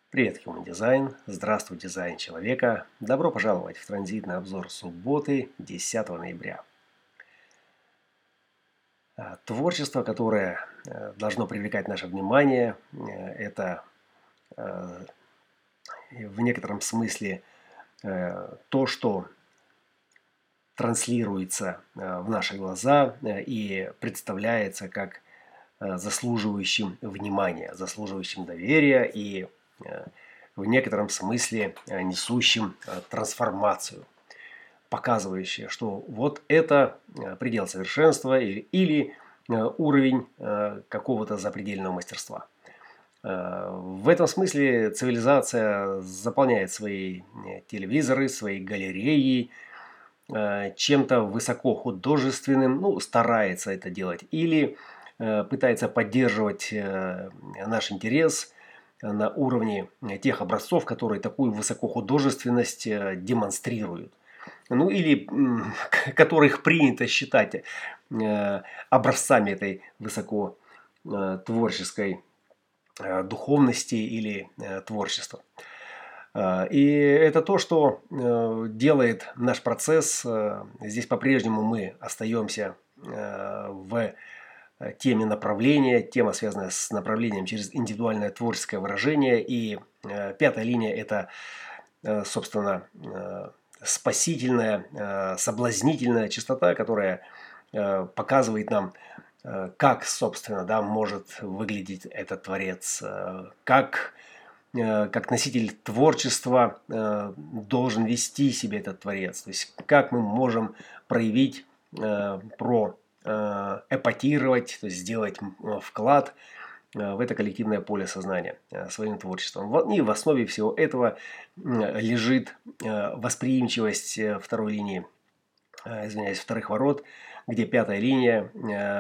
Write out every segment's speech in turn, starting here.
Привет, Human Design. Здравствуй, дизайн человека. Добро пожаловать в транзитный обзор субботы, 10 ноября. Творчество, которое должно привлекать наше внимание, это э, в некотором смысле то, что транслируется в наши глаза и представляется как заслуживающим внимания, заслуживающим доверия и в некотором смысле несущим трансформацию, показывающее, что вот это предел совершенства или уровень какого-то запредельного мастерства. В этом смысле цивилизация заполняет свои телевизоры, свои галереи чем-то высокохудожественным, ну, старается это делать, или пытается поддерживать наш интерес на уровне тех образцов, которые такую высокохудожественность демонстрируют. Ну или которых принято считать образцами этой высокотворческой духовности или творчества. И это то, что делает наш процесс. Здесь по-прежнему мы остаемся в теме направления, тема, связанная с направлением через индивидуальное творческое выражение. И пятая линия – это, собственно, спасительная, соблазнительная чистота, которая показывает нам, как, собственно, да, может выглядеть этот творец, как носитель творчества должен вести себя этот творец. То есть как мы можем проявить, эпатировать, то есть сделать вклад в это коллективное поле сознания своим творчеством. И в основе всего этого лежит восприимчивость второй линии, вторых ворот, где пятая линия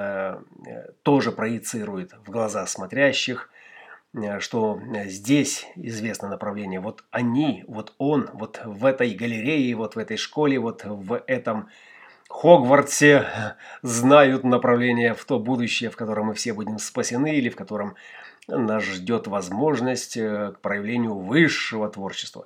тоже проецирует в глаза смотрящих, что здесь известно направление. Вот они, вот он, вот в этой галерее, вот в этой школе, вот в этом Хогвартсе знают направление в то будущее, в котором мы все будем спасены, или в котором нас ждет возможность к проявлению высшего творчества.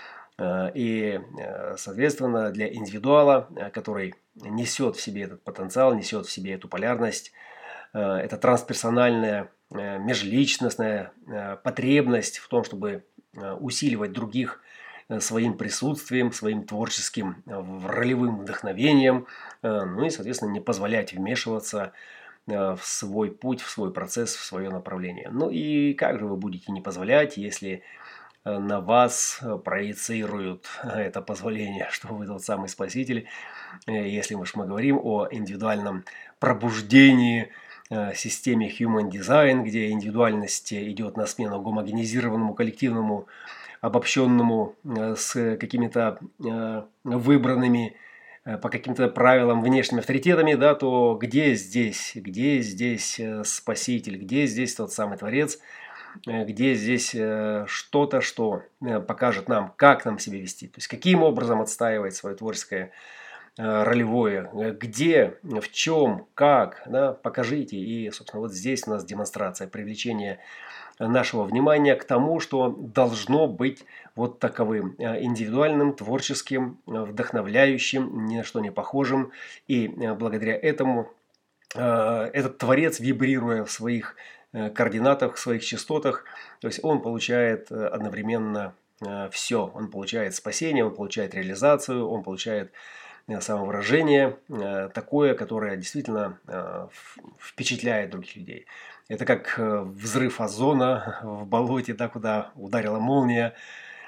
И, соответственно, для индивидуала, который несет в себе этот потенциал, несет в себе эту полярность, это трансперсональная, межличностная потребность в том, чтобы усиливать других своим присутствием, своим творческим ролевым вдохновением, ну и, соответственно, не позволять вмешиваться в свой путь, в свой процесс, в свое направление. Ну и как же вы будете не позволять, если на вас проецируют это позволение, что вы тот самый спаситель, если уж мы говорим о индивидуальном пробуждении, системе Human Design, где индивидуальность идет на смену гомогенизированному коллективному, обобщенному, с какими-то выбранными по каким-то правилам внешними авторитетами, да, то где здесь спаситель, где здесь тот самый творец, где здесь что-то, что покажет нам, как нам себя вести, то есть каким образом отстаивать свое творческое ролевое, где, в чем, как, да, покажите. И, собственно, вот здесь у нас демонстрация привлечения нашего внимания к тому, что должно быть вот таковым индивидуальным, творческим, вдохновляющим, ни на что не похожим. И благодаря этому этот творец, вибрируя в своих координатах, в своих частотах, то есть он получает одновременно все. Он получает спасение, он получает реализацию, он получает самовыражение такое, которое действительно впечатляет других людей. Это как взрыв озона в болоте, да, куда ударила молния,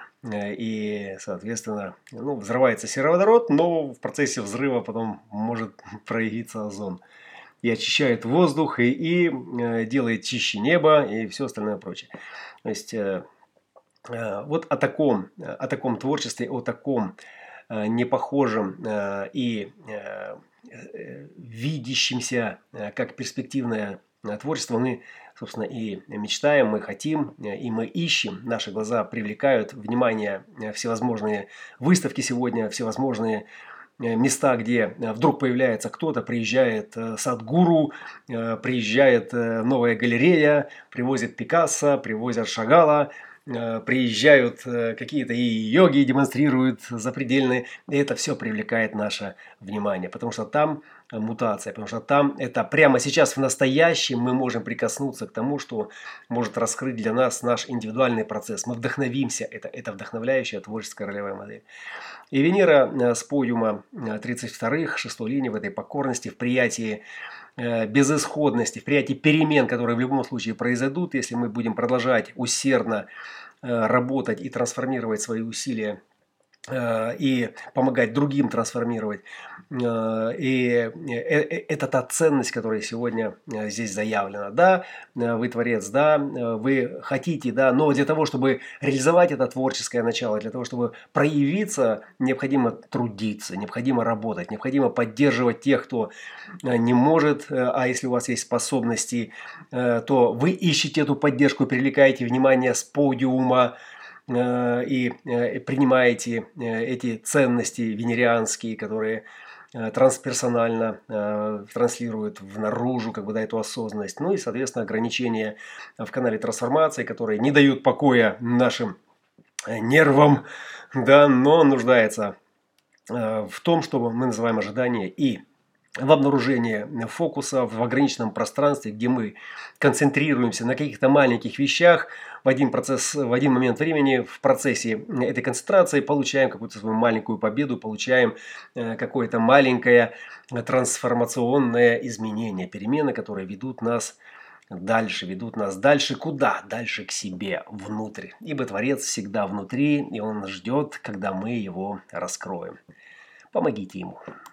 и, соответственно, ну, взрывается сероводород, но в процессе взрыва потом может проявиться озон. И очищает воздух, и делает чище небо, и все остальное прочее. То есть, вот о таком творчестве, о таком непохожим и видящимся как перспективное творчество мы, собственно, и мечтаем, мы хотим, и мы ищем. Наши глаза привлекают внимание всевозможные выставки сегодня, всевозможные места, где вдруг появляется кто-то, приезжает Садгуру, приезжает новая галерея, привозят Пикассо, привозят Шагала, приезжают какие-то и йоги демонстрируют запредельные. И это все привлекает наше внимание, потому что там мутация, потому что там это прямо сейчас в настоящем мы можем прикоснуться к тому, что может раскрыть для нас наш индивидуальный процесс. Мы вдохновимся, это вдохновляющая творческая ролевая модель. И Венера с подиума 32-х, 6-й линии в этой покорности, в приятии безысходности, в приятии перемен, которые в любом случае произойдут, если мы будем продолжать усердно работать и трансформировать свои усилия и помогать другим трансформировать. И это та ценность, которая сегодня здесь заявлена. Да, вы творец, да, вы хотите, да, но для того, чтобы реализовать это творческое начало, для того, чтобы проявиться, необходимо трудиться, необходимо работать, необходимо поддерживать тех, кто не может, а если у вас есть способности, то вы ищете эту поддержку, привлекаете внимание с подиума, и принимаете эти ценности венерианские, которые трансперсонально транслируют наружу как бы, да, эту осознанность. Ну и, соответственно, ограничения в канале трансформации, которые не дают покоя нашим нервам, да, но нуждается в том, что мы называем ожидание и в обнаружении фокуса в ограниченном пространстве, где мы концентрируемся на каких-то маленьких вещах, в один момент времени в процессе этой концентрации получаем какую-то свою маленькую победу, получаем какое-то маленькое трансформационное изменение, перемены, которые ведут нас дальше куда? Дальше к себе, внутрь. Ибо Творец всегда внутри, и Он ждет, когда мы его раскроем. Помогите ему.